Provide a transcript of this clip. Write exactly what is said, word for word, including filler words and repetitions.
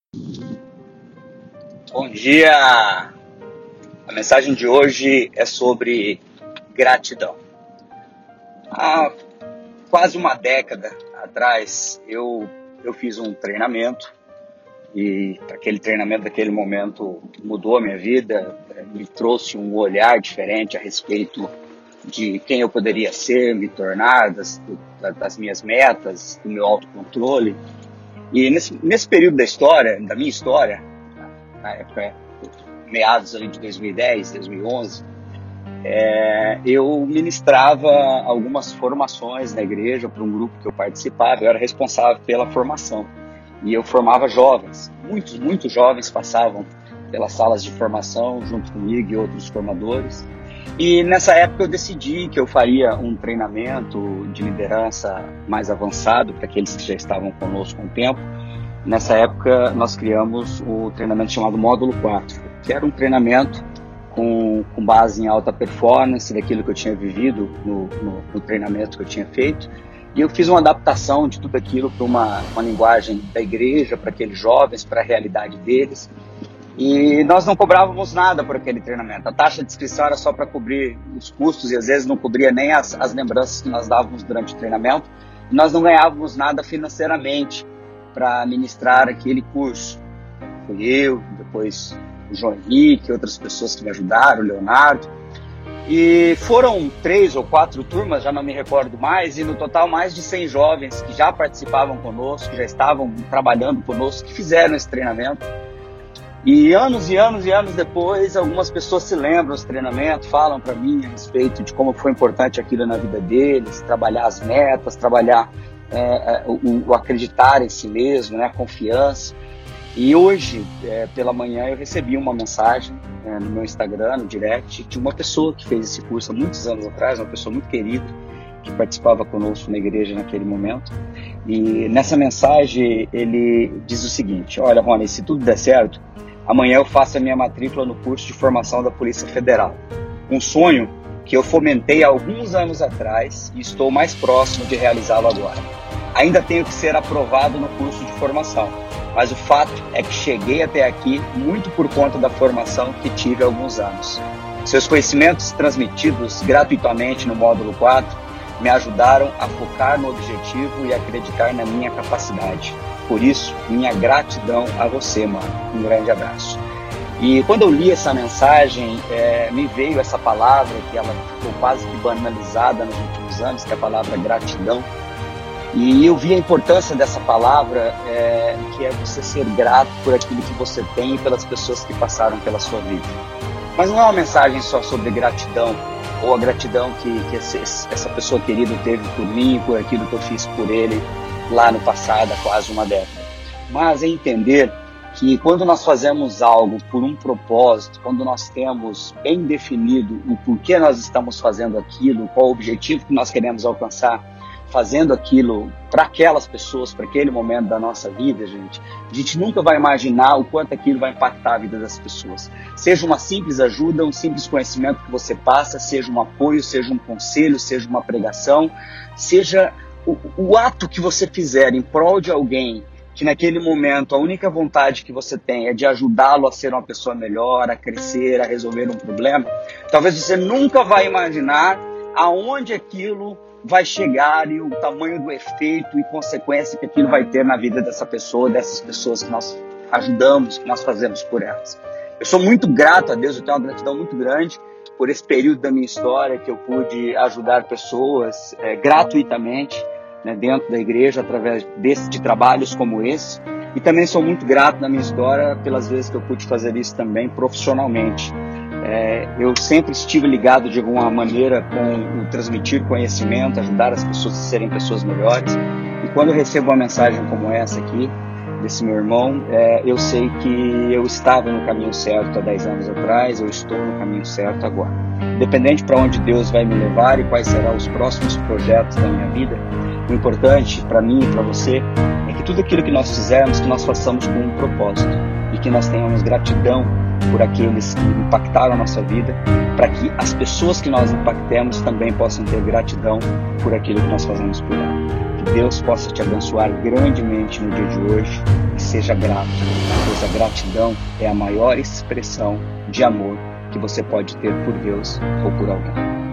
Bom dia! A mensagem de hoje é sobre gratidão. Há quase uma década atrás, eu, eu fiz um treinamento e aquele treinamento, naquele momento, mudou a minha vida, me trouxe um olhar diferente a respeito de quem eu poderia ser, me tornar, das, das minhas metas, do meu autocontrole. E nesse, nesse período da história, da minha história, na época, meados ali de dois mil e dez, dois mil e onze, é, eu ministrava algumas formações na igreja para um grupo que eu participava. Eu era responsável pela formação e eu formava jovens. Muitos, muitos jovens passavam pelas salas de formação junto comigo e outros formadores. E nessa época eu decidi que eu faria um treinamento de liderança mais avançado para aqueles que já estavam conosco há um tempo. Nessa época, nós criamos o treinamento chamado Módulo quatro, que era um treinamento com, com base em alta performance, daquilo que eu tinha vivido no, no, no treinamento que eu tinha feito. E eu fiz uma adaptação de tudo aquilo para uma, uma linguagem da igreja, para aqueles jovens, para a realidade deles. E nós não cobrávamos nada por aquele treinamento. A taxa de inscrição era só para cobrir os custos e às vezes não cobria nem as, as lembranças que nós dávamos durante o treinamento. E nós não ganhávamos nada financeiramente para ministrar aquele curso. Fui eu, depois o João Henrique, outras pessoas que me ajudaram, o Leonardo. E foram três ou quatro turmas, já não me recordo mais, e no total mais de cem jovens que já participavam conosco, que já estavam trabalhando conosco, que fizeram esse treinamento. E anos e anos e anos depois, algumas pessoas se lembram desse treinamento, falam para mim a respeito de como foi importante aquilo na vida deles, trabalhar as metas, trabalhar É, o, o acreditar em si mesmo, né, a confiança. E hoje, é, pela manhã, eu recebi uma mensagem é, no meu Instagram, no direct, de uma pessoa que fez esse curso há muitos anos atrás, uma pessoa muito querida, que participava conosco na igreja naquele momento. E nessa mensagem ele diz o seguinte: olha, Rony, se tudo der certo, amanhã eu faço a minha matrícula no curso de formação da Polícia Federal. Um sonho que eu fomentei há alguns anos atrás e estou mais próximo de realizá-lo agora. Ainda tenho que ser aprovado no curso de formação, mas o fato é que cheguei até aqui muito por conta da formação que tive há alguns anos. Seus conhecimentos transmitidos gratuitamente no módulo quatro me ajudaram a focar no objetivo e acreditar na minha capacidade. Por isso, minha gratidão a você, mano. Um grande abraço. E quando eu li essa mensagem, é, me veio essa palavra que ela ficou quase que banalizada nos últimos anos, que é a palavra gratidão. E eu vi a importância dessa palavra, é, que é você ser grato por aquilo que você tem e pelas pessoas que passaram pela sua vida. Mas não é uma mensagem só sobre gratidão, ou a gratidão que, que essa pessoa querida teve por mim, por aquilo que eu fiz por ele lá no passado, há quase uma década. Mas é entender que quando nós fazemos algo por um propósito, quando nós temos bem definido o porquê nós estamos fazendo aquilo, qual o objetivo que nós queremos alcançar, fazendo aquilo para aquelas pessoas, para aquele momento da nossa vida, gente, a gente nunca vai imaginar o quanto aquilo vai impactar a vida das pessoas. Seja uma simples ajuda, um simples conhecimento que você passa, seja um apoio, seja um conselho, seja uma pregação, seja o, o ato que você fizer em prol de alguém, que naquele momento a única vontade que você tem é de ajudá-lo a ser uma pessoa melhor, a crescer, a resolver um problema, talvez você nunca vai imaginar aonde aquilo vai chegar e o tamanho do efeito e consequência que aquilo vai ter na vida dessa pessoa, dessas pessoas que nós ajudamos, que nós fazemos por elas. Eu sou muito grato a Deus, eu tenho uma gratidão muito grande por esse período da minha história que eu pude ajudar pessoas é, gratuitamente, né, dentro da igreja, através desse, de trabalhos como esse. E também sou muito grato na minha história pelas vezes que eu pude fazer isso também profissionalmente. É, eu sempre estive ligado de alguma maneira com o transmitir conhecimento, ajudar as pessoas a serem pessoas melhores. E quando eu recebo uma mensagem como essa aqui, desse meu irmão, é, eu sei que eu estava no caminho certo há dez anos atrás, eu estou no caminho certo agora. Independente para onde Deus vai me levar e quais serão os próximos projetos da minha vida, o importante para mim e para você é que tudo aquilo que nós fizermos, que nós façamos com um propósito e que nós tenhamos gratidão por aqueles que impactaram a nossa vida, para que as pessoas que nós impactemos também possam ter gratidão por aquilo que nós fazemos por ela. Que Deus possa te abençoar grandemente no dia de hoje e seja grato, pois a gratidão é a maior expressão de amor que você pode ter por Deus ou por alguém.